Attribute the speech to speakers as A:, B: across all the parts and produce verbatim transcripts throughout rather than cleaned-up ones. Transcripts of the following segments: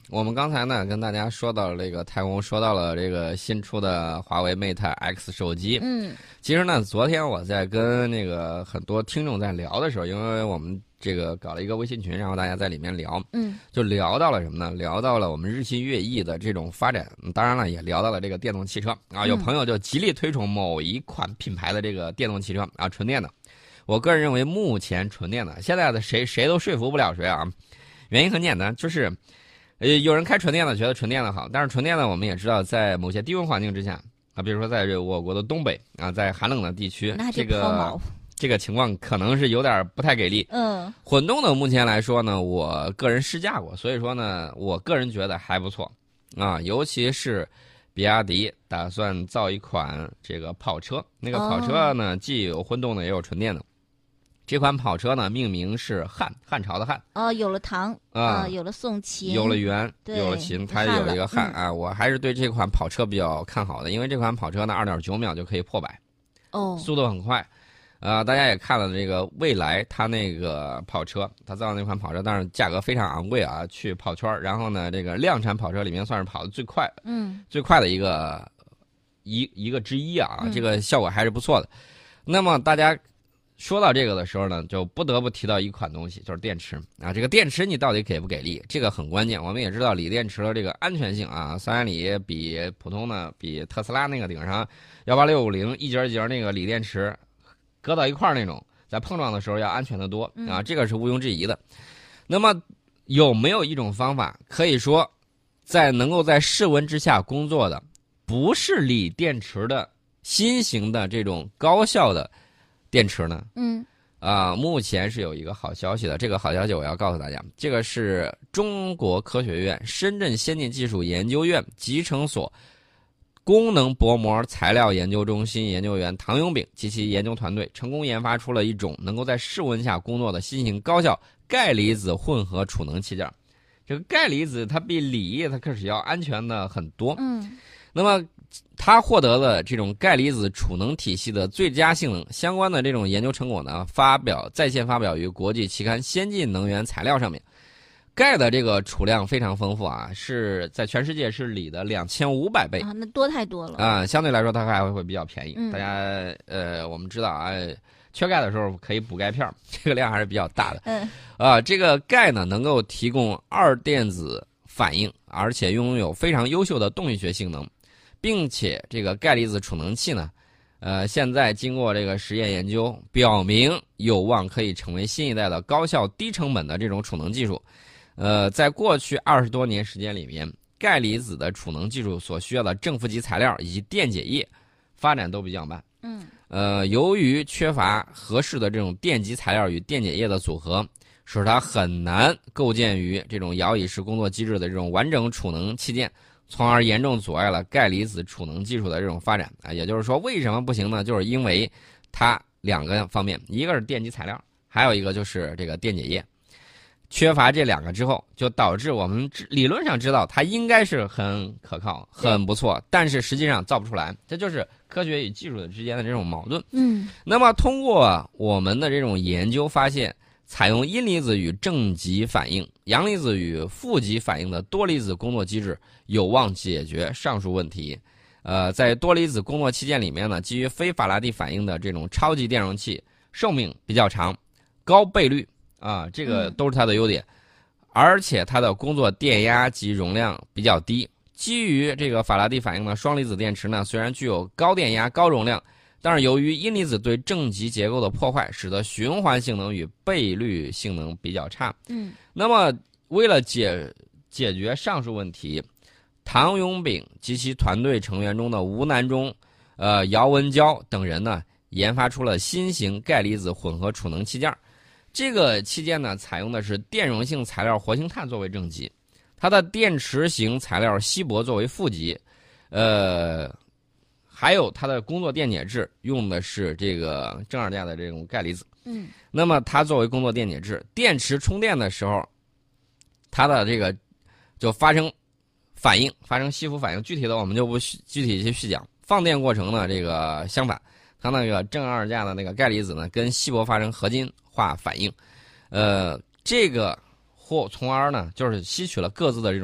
A: 我们刚才呢跟大家说到了这个太空，说到了这个新出的华为 Mate X 手机。
B: 嗯，
A: 其实呢，昨天我在跟那个很多听众在聊的时候，因为我们这个搞了一个微信群，然后大家在里面聊，
B: 嗯，
A: 就聊到了什么呢？聊到了我们日新月异的这种发展。当然了，也聊到了这个电动汽车啊。有朋友就极力推崇某一款品牌的这个电动汽车啊，纯电的。我个人认为，目前纯电的现在的谁谁都说服不了谁啊。原因很简单，就是，呃，有人开纯电的觉得纯电的好，但是纯电的我们也知道，在某些低温环境之下啊，比如说在这我国的东北啊，在寒冷的地区，这个这个情况可能是有点不太给力。
B: 嗯，
A: 混动的目前来说呢，我个人试驾过，所以说呢，我个人觉得还不错啊，尤其是比亚迪打算造一款这个跑车，那个跑车呢，哦、既有混动的，也有纯电的。这款跑车呢，命名是汉，汉朝的汉。
B: 哦，有了唐
A: 啊、
B: 呃，有了宋秦，
A: 有了元，有了秦，它有一个汉、嗯、啊。我还是对这款跑车比较看好的，因为这款跑车呢，二点九秒就可以破百，
B: 哦，
A: 速度很快。呃，大家也看了这个蔚来，它那个跑车，它造的那款跑车，但是价格非常昂贵啊，去跑圈。然后呢，这个量产跑车里面算是跑的最快，
B: 嗯，
A: 最快的一个一一个之一啊，这个效果还是不错的。嗯、那么大家说到这个的时候呢，就不得不提到一款东西，就是电池啊。这个电池你到底给不给力？这个很关键。我们也知道锂电池的这个安全性啊，三元锂比普通的比特斯拉那个顶上幺八六五零一节一节那个锂电池搁到一块儿那种，在碰撞的时候要安全得多啊，这个是毋庸置疑的。那么有没有一种方法可以说，在能够在室温之下工作的，不是锂电池的新型的这种高效的电池呢？
B: 嗯，
A: 啊、呃，目前是有一个好消息的。这个好消息我要告诉大家，这个是中国科学院深圳先进技术研究院集成所功能薄膜材料研究中心研究员唐永炳及其研究团队成功研发出了一种能够在室温下工作的新型高效钙离子混合储能器件。这个钙离子它比锂它可是要安全的很多。
B: 嗯，
A: 那么它获得了这种钙离子储能体系的最佳性能相关的这种研究成果呢，发表在线发表于国际期刊《先进能源材料》上面。钙的这个储量非常丰富啊，是在全世界是锂的两千五百倍
B: 啊，那多太多了
A: 啊、呃！相对来说，它还会比较便宜。
B: 嗯、
A: 大家呃，我们知道啊，缺钙的时候可以补钙片，这个量还是比较大的。
B: 嗯
A: 啊、呃，这个钙呢，能够提供二电子反应，而且拥有非常优秀的动力学性能。并且这个钙离子储能器呢，呃，现在经过这个实验研究，表明有望可以成为新一代的高效低成本的这种储能技术。呃，在过去二十多年时间里面，钙离子的储能技术所需要的正负极材料以及电解液发展都比较慢。
B: 嗯，
A: 呃，由于缺乏合适的这种电极材料与电解液的组合，使它很难构建于这种摇椅式工作机制的这种完整储能器件。从而严重阻碍了钙离子储能技术的这种发展啊，也就是说，为什么不行呢？就是因为它两个方面，一个是电极材料，还有一个就是这个电解液，缺乏这两个之后，就导致我们理论上知道它应该是很可靠、很不错，但是实际上造不出来，这就是科学与技术之间的这种矛盾。
B: 嗯，
A: 那么通过我们的这种研究发现，采用阴离子与正极反应、阳离子与负极反应的多离子工作机制，有望解决上述问题。呃，在多离子工作器件里面呢，基于非法拉第反应的这种超级电容器，寿命比较长，高倍率啊，这个都是它的优点。嗯、而且它的工作电压及容量比较低。基于这个法拉第反应的双离子电池呢，虽然具有高电压、高容量。但是由于阴离子对正极结构的破坏，使得循环性能与倍率性能比较差。
B: 嗯，
A: 那么为了解解决上述问题，唐永炳及其团队成员中的吴南中、呃姚文娇等人呢，研发出了新型钙离子混合储能器件。这个器件呢，采用的是电容性材料活性炭作为正极，它的电池型材料锡箔作为负极，呃。还有它的工作电解质用的是这个正二价的这种钙离子。
B: 嗯，
A: 那么它作为工作电解质，电池充电的时候，它的这个就发生反应，发生吸附反应。具体的我们就不具体去细讲。放电过程呢，这个相反，它那个正二价的那个钙离子呢，跟锡箔发生合金化反应，呃，这个或从而呢，就是吸取了各自的这种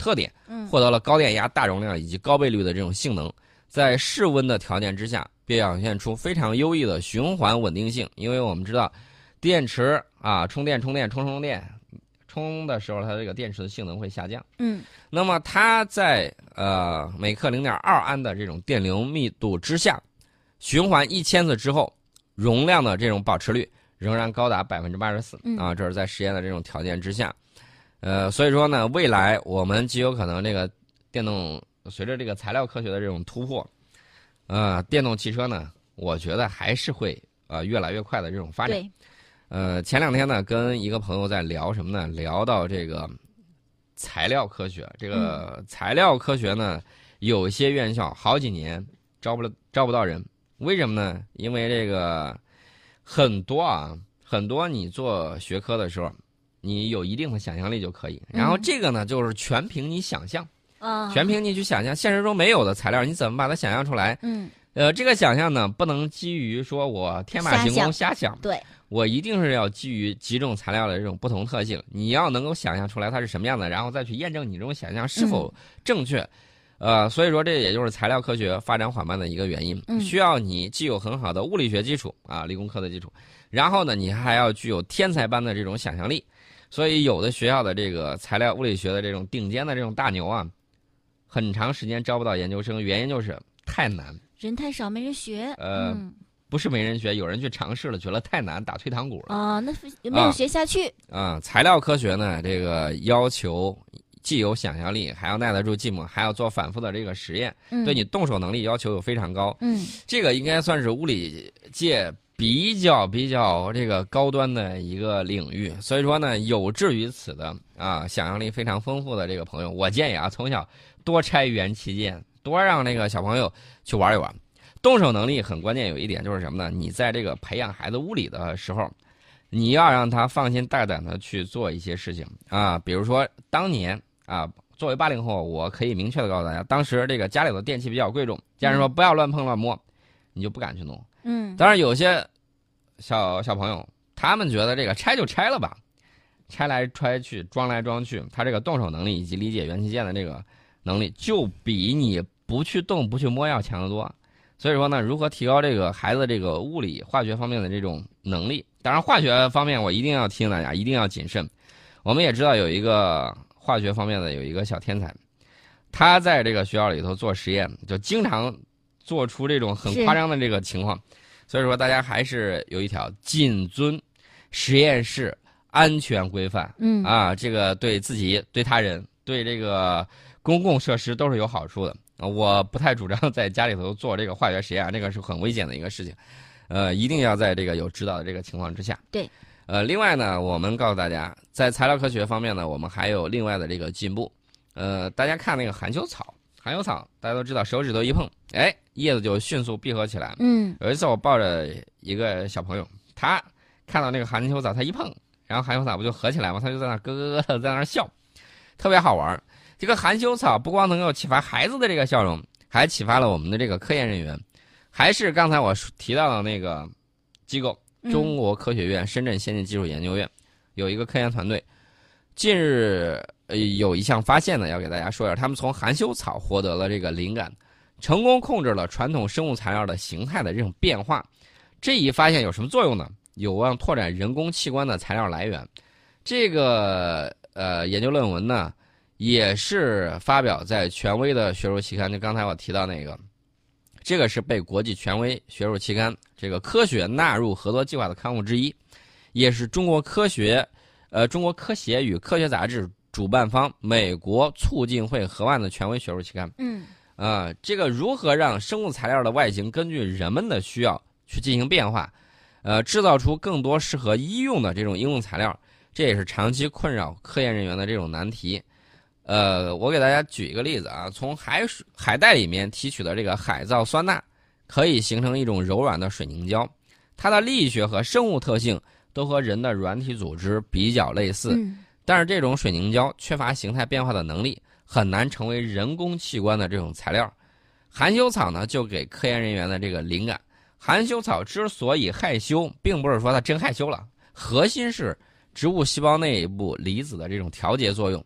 A: 特点，
B: 嗯，
A: 获得了高电压、大容量以及高倍率的这种性能，在室温的条件之下，表现出非常优异的循环稳定性。因为我们知道，电池啊，充电、充电、充充电，充的时候它这个电池的性能会下降。
B: 嗯，
A: 那么它在呃每克零点二安的这种电流密度之下，循环一千次之后，容量的这种保持率仍然高达百分之八十四啊，这是在实验的这种条件之下。呃，所以说呢，未来我们极有可能这个电动随着这个材料科学的这种突破，呃，电动汽车呢，我觉得还是会呃越来越快的这种发展。
B: 对。
A: 呃，前两天呢，跟一个朋友在聊什么呢？聊到这个材料科学。这个材料科学呢，有些院校好几年招不了招不到人，为什么呢？因为这个很多啊，很多你做学科的时候，你有一定的想象力就可以。然后这个呢，就是全凭你想象，
B: 啊，
A: 全凭你去想象，现实中没有的材料，你怎么把它想象出来？
B: 嗯，
A: 呃，这个想象呢，不能基于说我天马行空瞎想，
B: 对，
A: 我一定是要基于几种材料的这种不同特性，你要能够想象出来它是什么样的，然后再去验证你这种想象是否正确。嗯、呃，所以说这也就是材料科学发展缓慢的一个原因，
B: 嗯、
A: 需要你既有很好的物理学基础啊，理工科的基础，然后呢，你还要具有天才般的这种想象力。所以有的学校的这个材料物理学的这种顶尖的这种大牛啊，很长时间招不到研究生，原因就是太难，
B: 人太少没人学。
A: 呃，
B: 嗯、
A: 不是没人学，有人去尝试了，觉得太难，打退堂鼓了。
B: 啊，那没有学下去。
A: 啊、嗯，材料科学呢，这个要求既有想象力，还要耐得住寂寞，还要做反复的这个实验，
B: 嗯、
A: 对你动手能力要求又非常高。
B: 嗯，
A: 这个应该算是物理界比较比较这个高端的一个领域。所以说呢，有志于此的啊，想象力非常丰富的这个朋友，我建议啊，从小多拆元器件，多让那个小朋友去玩一玩。动手能力很关键，有一点就是什么呢？你在这个培养孩子物理的时候，你要让他放心大胆的去做一些事情啊，比如说当年啊，作为八零后，我可以明确的告诉大家，当时这个家里的电器比较贵重，家人说不要乱碰乱摸，你就不敢去弄。
B: 嗯，
A: 当然有些小小朋友，他们觉得这个拆就拆了吧，拆来拆去，装来装去，他这个动手能力以及理解元器件的这个能力，就比你不去动不去摸要强得多。所以说呢，如何提高这个孩子这个物理化学方面的这种能力？当然，化学方面我一定要提醒大家，一定要谨慎。我们也知道有一个化学方面的有一个小天才，他在这个学校里头做实验，就经常做出这种很夸张的这个情况。所以说，大家还是有一条谨遵实验室安全规范。
B: 嗯
A: 啊，这个对自己、对他人、对这个公共设施都是有好处的。啊，我不太主张在家里头做这个化学实验，这个是很危险的一个事情，呃，一定要在这个有指导的这个情况之下。
B: 对，
A: 呃，另外呢，我们告诉大家，在材料科学方面呢，我们还有另外的这个进步。呃，大家看那个含羞草，含羞草大家都知道，手指头一碰，哎，叶子就迅速闭合起来。
B: 嗯，
A: 有一次我抱着一个小朋友，他看到那个含羞草，他一碰，然后含羞草不就合起来吗？他就在那咯咯咯的在那笑，特别好玩。这个含羞草不光能够启发孩子的这个笑容，还启发了我们的这个科研人员。还是刚才我提到的那个机构，中国科学院深圳先进技术研究院，有一个科研团队，近日呃有一项发现呢，要给大家说一下，他们从含羞草获得了这个灵感，成功控制了传统生物材料的形态的这种变化。这一发现有什么作用呢？有望拓展人工器官的材料来源。这个呃研究论文呢，也是发表在权威的学术期刊，就刚才我提到那个，这个是被国际权威学术期刊这个科学纳入合作计划的刊物之一，也是中国科学，呃，中国科协与科学杂志主办方美国促进会合办的权威学术期刊。
B: 嗯，
A: 啊、呃，这个如何让生物材料的外形根据人们的需要去进行变化，呃，制造出更多适合医用的这种应用材料，这也是长期困扰科研人员的这种难题。呃，我给大家举一个例子啊，从海水海带里面提取的这个海藻酸钠，可以形成一种柔软的水凝胶，它的力学和生物特性都和人的软体组织比较类似，
B: 嗯、
A: 但是这种水凝胶缺乏形态变化的能力，很难成为人工器官的这种材料。含羞草呢，就给科研人员的这个灵感。含羞草之所以害羞，并不是说它真害羞了，核心是植物细胞内部离子的这种调节作用。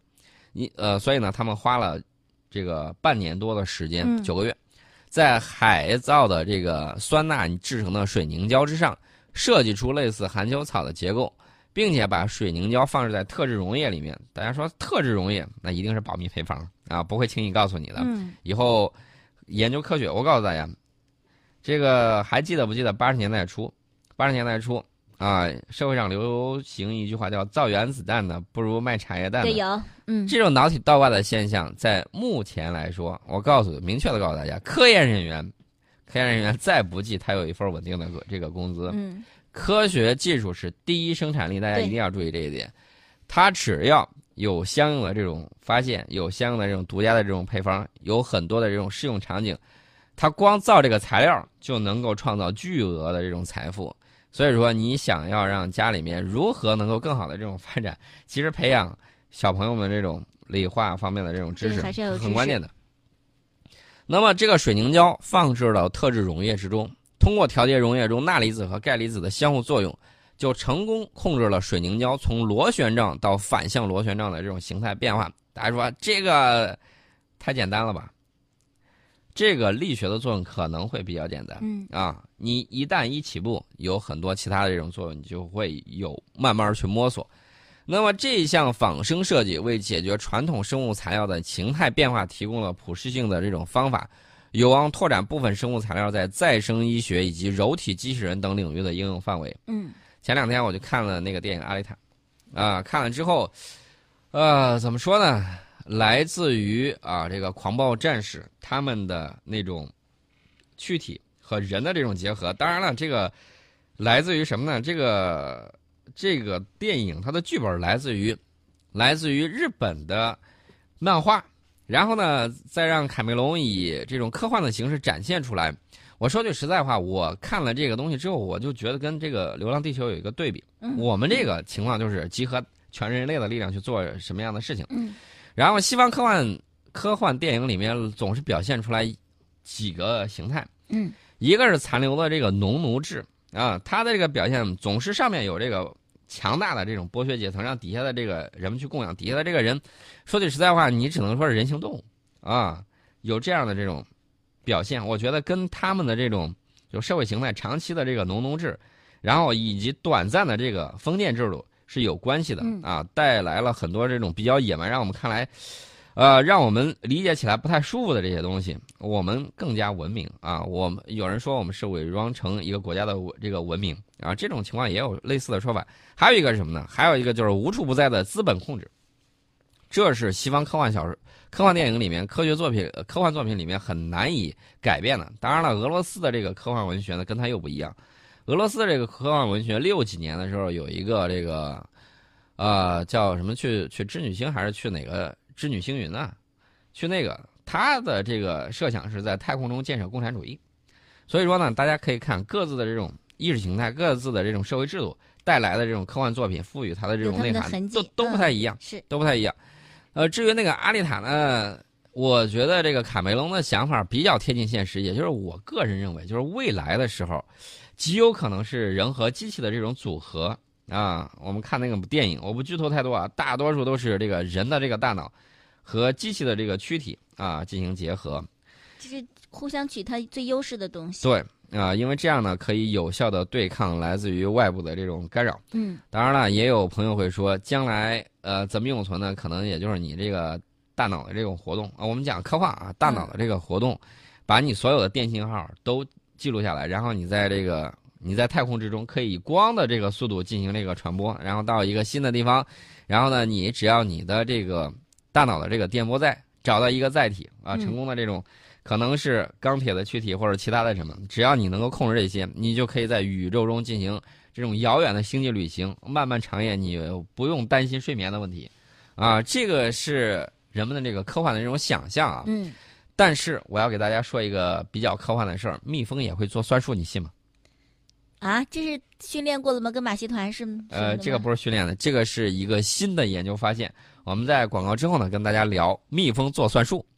A: 你呃，所以呢，他们花了这个半年多的时间，
B: 嗯
A: 九个月，在海造的这个酸钠制成的水凝胶之上，设计出类似含羞草的结构，并且把水凝胶放置在特制溶液里面。大家说特制溶液，那一定是保密配方啊，不会轻易告诉你的。
B: 嗯
A: 以后研究科学，我告诉大家，这个还记得不记得八十年代初？八十年代初啊，社会上流行一句话叫"造原子弹的不如卖茶叶蛋的"。
B: 对，有，嗯，
A: 这种脑体倒挂的现象，在目前来说，我告诉明确的告诉大家，科研人员，科研人员再不济，他有一份稳定的这个工资。
B: 嗯，
A: 科学技术是第一生产力，大家
B: 对
A: 一定要注意这一点。他只要有相应的这种发现，有相应的这种独家的这种配方，有很多的这种适用场景，他光造这个材料就能够创造巨额的这种财富。所以说，你想要让家里面如何能够更好的这种发展，其实培养小朋友们这种理化方面的这种知识
B: 对还是要有知识
A: 很关键的。那么这个水凝胶放置到特制溶液之中，通过调节溶液中钠离子和钙离子的相互作用，就成功控制了水凝胶从螺旋状到反向螺旋状的这种形态变化。大家说这个太简单了吧？这个力学的作用可能会比较简单，
B: 嗯
A: 啊，你一旦一起步，有很多其他的这种作用，你就会有慢慢去摸索。那么这项仿生设计为解决传统生物材料的形态变化提供了普适性的这种方法，有望拓展部分生物材料在再生医学以及柔体机器人等领域的应用范围。
B: 嗯，
A: 前两天我就看了那个电影《阿丽塔》，啊，看了之后，呃，怎么说呢？来自于啊这个狂暴战士他们的那种躯体和人的这种结合。当然了，这个来自于什么呢？这个这个电影它的剧本来自于来自于日本的漫画，然后呢再让凯梅隆以这种科幻的形式展现出来。我说句实在话，我看了这个东西之后，我就觉得跟这个《流浪地球》有一个对比。
B: 嗯
A: 我们这个情况就是集合全人类的力量去做什么样的事情。
B: 嗯，
A: 然后西方科幻科幻电影里面总是表现出来几个形态，
B: 嗯，
A: 一个是残留的这个农奴制啊，它的这个表现总是上面有这个强大的这种剥削阶层，让底下的这个人们去供养，底下的这个人，说句实在话，你只能说是人形动物啊，有这样的这种表现，我觉得跟他们的这种就社会形态长期的这个农奴制，然后以及短暂的这个封建制度是有关系的啊，带来了很多这种比较野蛮，让我们看来，呃，让我们理解起来不太舒服的这些东西，我们更加文明啊。我们有人说我们是伪装成一个国家的这个文明啊，这种情况也有类似的说法。还有一个是什么呢？还有一个就是无处不在的资本控制，这是西方科幻小说、科幻电影里面、科学作品、科幻作品里面很难以改变的。当然了，俄罗斯的这个科幻文学呢，跟它又不一样。俄罗斯的这个科幻文学六几年的时候有一个这个，呃，叫什么去去织女星还是去哪个织女星云呢？去那个他的这个设想是在太空中建设共产主义。所以说呢，大家可以看各自的这种意识形态、各自的这种社会制度带来的这种科幻作品，赋予它的这种内涵都都不太一样，
B: 是
A: 都不太一样。呃，至于那个阿丽塔呢，我觉得这个卡梅隆的想法比较贴近现实，也就是我个人认为，就是未来的时候，极有可能是人和机器的这种组合啊。我们看那个电影，我不剧透太多啊，大多数都是这个人的这个大脑和机器的这个躯体啊进行结合，
B: 就是互相取它最优势的东西。
A: 对啊，因为这样呢，可以有效的对抗来自于外部的这种干扰。
B: 嗯，
A: 当然了，也有朋友会说，将来呃怎么永存呢？可能也就是你这个大脑的这种活动啊。我们讲科幻啊，大脑的这个活动，把你所有的电信号都记录下来，然后你在这个你在太空之中可以以光的这个速度进行这个传播，然后到一个新的地方，然后呢，你只要你的这个大脑的这个电波在找到一个载体啊，成功的这种。可能是钢铁的躯体或者其他的什么，只要你能够控制这些，你就可以在宇宙中进行这种遥远的星际旅行，漫漫长夜你不用担心睡眠的问题，啊，这个是人们的这个科幻的这种想象啊。
B: 嗯。
A: 但是我要给大家说一个比较科幻的事儿，蜜蜂也会做算术，你信吗？
B: 啊，这是训练过的吗？跟马戏团是？
A: 呃，这个不是训练的，这个是一个新的研究发现。我们在广告之后呢，跟大家聊蜜蜂做算术。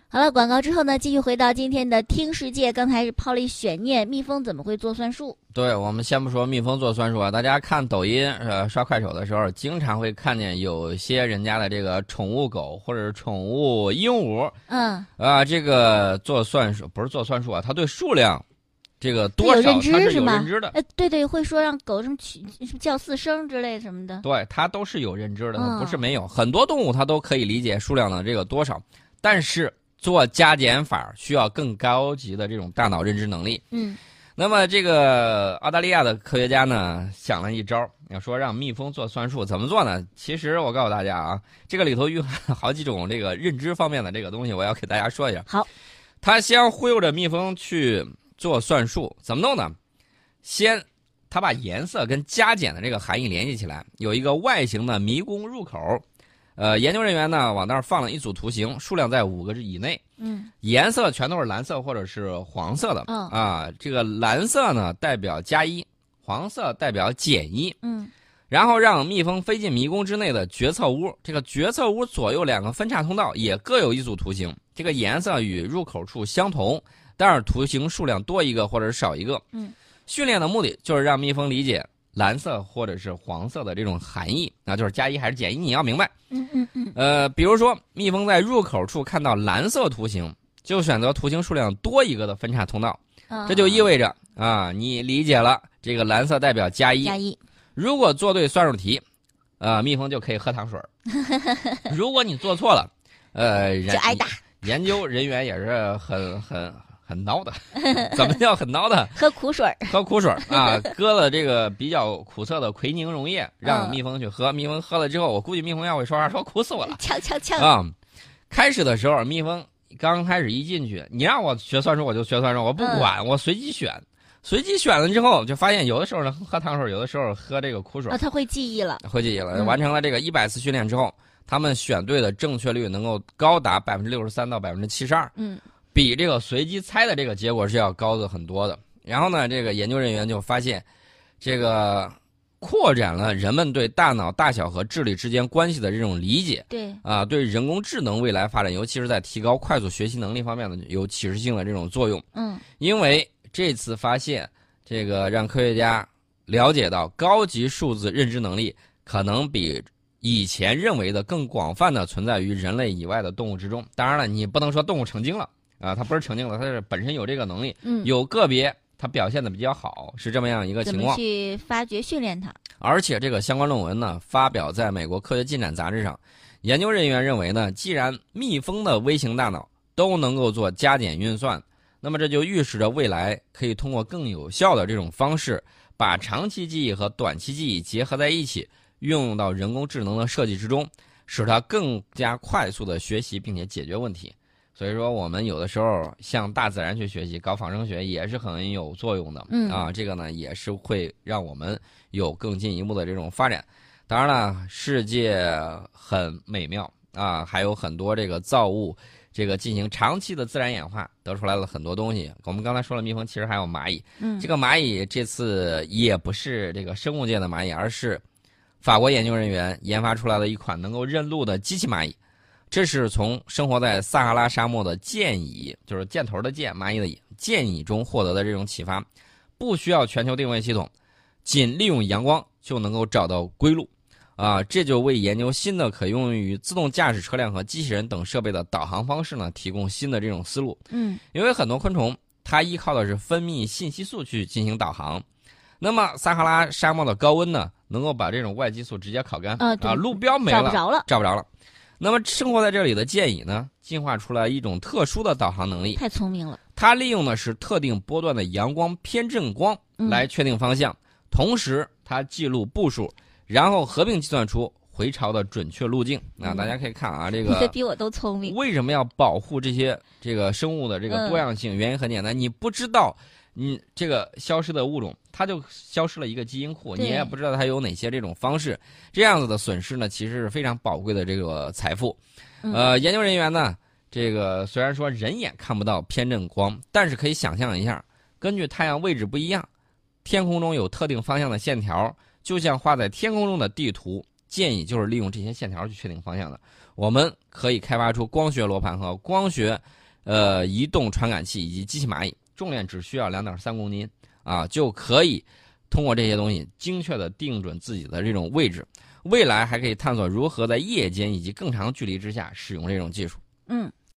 B: 好了，广告之后呢，继续回到今天的听世界。刚才是抛了一悬念，蜜蜂怎么会做算术？
A: 对，我们先不说蜜蜂做算术啊，大家看抖音、呃刷快手的时候，经常会看见有些人家的这个宠物狗或者是宠物鹦鹉，
B: 嗯
A: 啊，这个做算术不是做算术啊，它对数量这个多少
B: 有认知
A: 它是有
B: 吗？
A: 认知的。
B: 哎，对对，会说让狗什么取什么叫四声之类什么的。
A: 对，它都是有认知的，它
B: 嗯
A: 不是没有。很多动物它都可以理解数量的这个多少，但是做加减法需要更高级的这种大脑认知能力。
B: 嗯
A: 那么这个澳大利亚的科学家呢，想了一招，要说让蜜蜂做算术，怎么做呢？其实我告诉大家啊，这个里头蕴含好几种这个认知方面的这个东西，我要给大家说一下。
B: 好，
A: 他先忽悠着蜜蜂去做算术，怎么弄呢？先他把颜色跟加减的这个含义联系起来，有一个外形的迷宫入口。呃，研究人员呢往那儿放了一组图形，数量在五个以内，
B: 嗯
A: 颜色全都是蓝色或者是黄色的。
B: 嗯
A: 啊，这个蓝色呢代表加一，黄色代表减一。
B: 嗯
A: 然后让蜜蜂飞进迷宫之内的决策屋，这个决策屋左右两个分岔通道也各有一组图形，这个颜色与入口处相同，但是图形数量多一个或者少一个。
B: 嗯，
A: 训练的目的就是让蜜蜂理解蓝色或者是黄色的这种含义，那就是加一还是减一，你要明白。
B: 嗯嗯嗯
A: 呃，比如说蜜蜂在入口处看到蓝色图形，就选择图形数量多一个的分岔通道，
B: 嗯，
A: 这就意味着啊，你理解了这个蓝色代表加一。
B: 加一。
A: 如果做对算术题，呃，蜜蜂就可以喝糖水儿。如果你做错了，呃，
B: 就挨打。
A: 研究人员也是很很很孬的。怎么叫很孬的？
B: 喝苦水儿。
A: 喝苦水儿啊，搁了这个比较苦涩的奎宁溶液，让蜜蜂去喝。蜜蜂喝了之后，我估计蜜蜂要会说话，说苦死我了。
B: 呛呛呛
A: 啊！开始的时候，蜜蜂刚开始一进去，你让我学算术，我就学算术，我不管，我随机选。随机选了之后，就发现有的时候呢喝糖水，有的时候喝这个苦水。
B: 啊，他会记忆了。
A: 会记忆了。
B: 嗯
A: 完成了这个一百次训练之后，他们选对的正确率能够高达百分之六十三到百分之七十二。
B: 嗯
A: 比这个随机猜的这个结果是要高的很多的。然后呢，这个研究人员就发现，这个扩展了人们对大脑大小和智力之间关系的这种理解。
B: 对
A: 啊，对人工智能未来发展，尤其是在提高快速学习能力方面的有启示性的这种作用。
B: 嗯
A: 因为这次发现，这个让科学家了解到高级数字认知能力可能比以前认为的更广泛的存在于人类以外的动物之中。当然了，你不能说动物成精了啊，它不是成精了，它是本身有这个能力。
B: 嗯，
A: 有个别它表现的比较好，是这么样一个
B: 怎么
A: 情况。
B: 去发掘训练它？
A: 而且这个相关论文呢，发表在美国科学进展杂志上。研究人员认为呢，既然蜜蜂的微型大脑都能够做加减运算，那么这就预示着未来可以通过更有效的这种方式，把长期记忆和短期记忆结合在一起，运用到人工智能的设计之中，使它更加快速的学习并且解决问题。所以说，我们有的时候向大自然去学习，搞仿生学也是很有作用的。
B: 嗯
A: 啊，这个呢也是会让我们有更进一步的这种发展。当然了，世界很美妙啊，还有很多这个造物，这个进行长期的自然演化，得出来了很多东西。我们刚才说了蜜蜂，其实还有蚂蚁。
B: 嗯，
A: 这个蚂蚁这次也不是这个生物界的蚂蚁，而是法国研究人员研发出来的一款能够认路的机器蚂蚁。这是从生活在撒哈拉沙漠的箭蚁，就是箭头的箭，蚂蚁的蚁，箭蚁中获得的这种启发，不需要全球定位系统，仅利用阳光就能够找到归路，啊，这就为研究新的可用于自动驾驶车辆和机器人等设备的导航方式呢提供新的这种思路。
B: 嗯，
A: 因为很多昆虫它依靠的是分泌信息素去进行导航，那么撒哈拉沙漠的高温呢，能够把这种外激素直接烤干，
B: 啊，对
A: 啊，路标没了，
B: 找不着了，
A: 找不着了。那么生活在这里的箭蚁呢，进化出来一种特殊的导航能力，
B: 太聪明了。
A: 它利用的是特定波段的阳光偏振光来确定方向，
B: 嗯、
A: 同时它记录步数，然后合并计算出回巢的准确路径。那、嗯、大家可以看啊，这个
B: 比我都聪明。
A: 为什么要保护这些这个生物的这个多样性？嗯、原因很简单，你不知道。你这个消失的物种，它就消失了一个基因库，你也不知道它有哪些这种方式，这样子的损失呢，其实是非常宝贵的这个财富。
B: 嗯、
A: 呃，研究人员呢，这个虽然说人眼看不到偏振光，但是可以想象一下，根据太阳位置不一样，天空中有特定方向的线条，就像画在天空中的地图，建议就是利用这些线条去确定方向的。我们可以开发出光学罗盘和光学呃移动传感器以及机器蚂蚁，重量只需要两点三公斤啊，就可以通过这些东西精确的定准自己的这种位置。未来还可以探索如何在夜间以及更长距离之下使用这种技术。
B: 嗯。